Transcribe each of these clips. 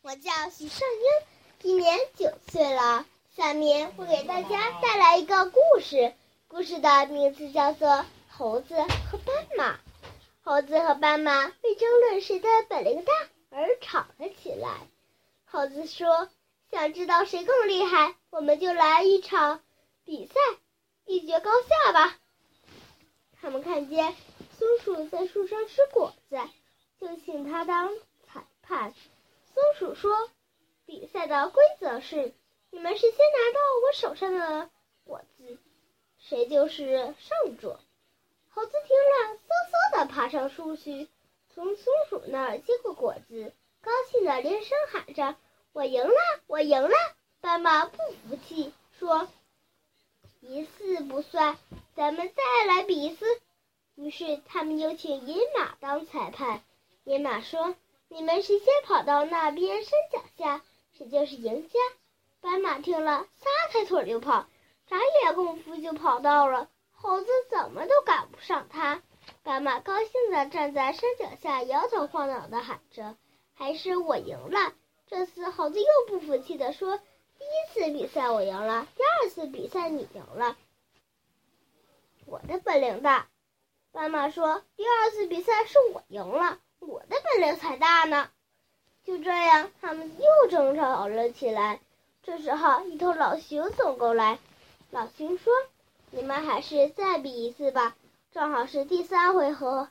我叫徐胜英，今年9岁了。下面我给大家带来一个故事，故事的名字叫做《猴子和斑马》。猴子和斑马为争论谁的本领大而吵了起来。猴子说：“想知道谁更厉害，我们就来一场比赛，一决高下吧。”他们看见松鼠在树上吃果子，就请他当裁判。松鼠说：“比赛的规则是，你们谁先拿到我手上的果子，谁就是胜者。”猴子听了，嗖嗖地爬上树去，从松鼠那儿接过果子，高兴地连声喊着：“我赢了，我赢了！”斑马不服气，说：“一次不算，咱们再来比一次。”于是他们又请银马当裁判。银马说：“你们谁先跑到那边山脚下，谁就是赢家。”斑马听了，撒开腿就跑，眨眼功夫就跑到了。猴子怎么都赶不上他。斑马高兴地站在山脚下，摇头晃脑地喊着：“还是我赢了！”这次猴子又不服气地说：“第一次比赛我赢了，第二次比赛你赢了，我的本领大。”斑马说：“第二次比赛是我赢了，我的本领才大呢。”就这样，他们又争吵了起来。这时候，一头老熊走过来。老熊说：“你们还是再比一次吧，正好是第3回合。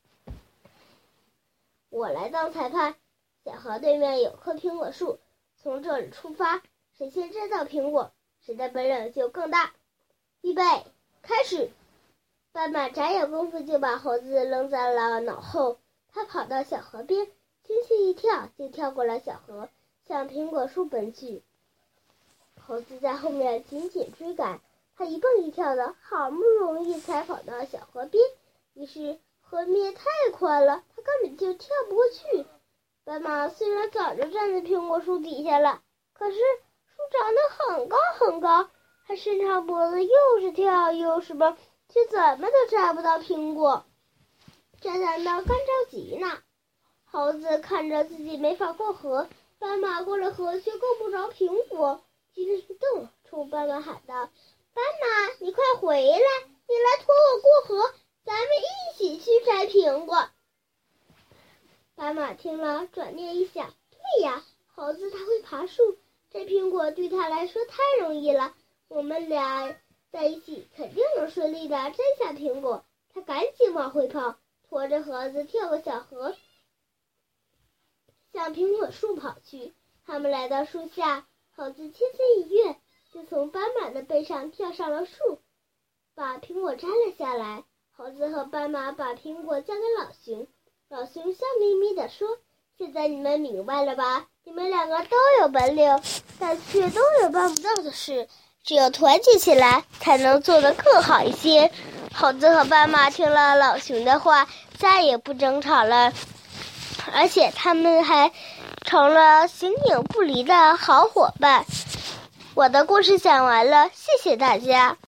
我来当裁判。小河对面有棵苹果树，从这里出发，谁先摘到苹果，谁的本领就更大。预备，开始！”斑马眨眼功夫就把猴子扔在了脑后，他跑到小河边，轻轻一跳就跳过了小河，向苹果树奔去。猴子在后面紧紧追赶，他一蹦一跳的，好不容易才跑到小河边，于是河面太宽了，他根本就跳不过去。斑马虽然早就站在苹果树底下了，可是树长得很高很高，他伸长脖子又是跳又是蹦，却怎么都摘不到苹果，这才能干着急呢。猴子看着自己没法过河，斑马过了河却够不着苹果，急得一动，冲斑马喊道：“斑马，你快回来，你来驮我过河，咱们一起去摘苹果。”斑马听了，转念一想，对呀，猴子他会爬树，摘苹果对他来说太容易了，我们俩在一起肯定能顺利地摘下苹果。他赶紧往回跑，驮着盒子跳过小河，向苹果树跑去。他们来到树下，猴子轻轻一跃，就从斑马的背上跳上了树，把苹果摘了下来。猴子和斑马把苹果交给老熊，老熊笑眯眯地说：“现在你们明白了吧？你们2个都有本领，但却都有办不到的事，只有团结起来，才能做得更好一些。”猴子和斑马听了老熊的话，再也不争吵了，而且他们还成了形影不离的好伙伴。我的故事讲完了，谢谢大家。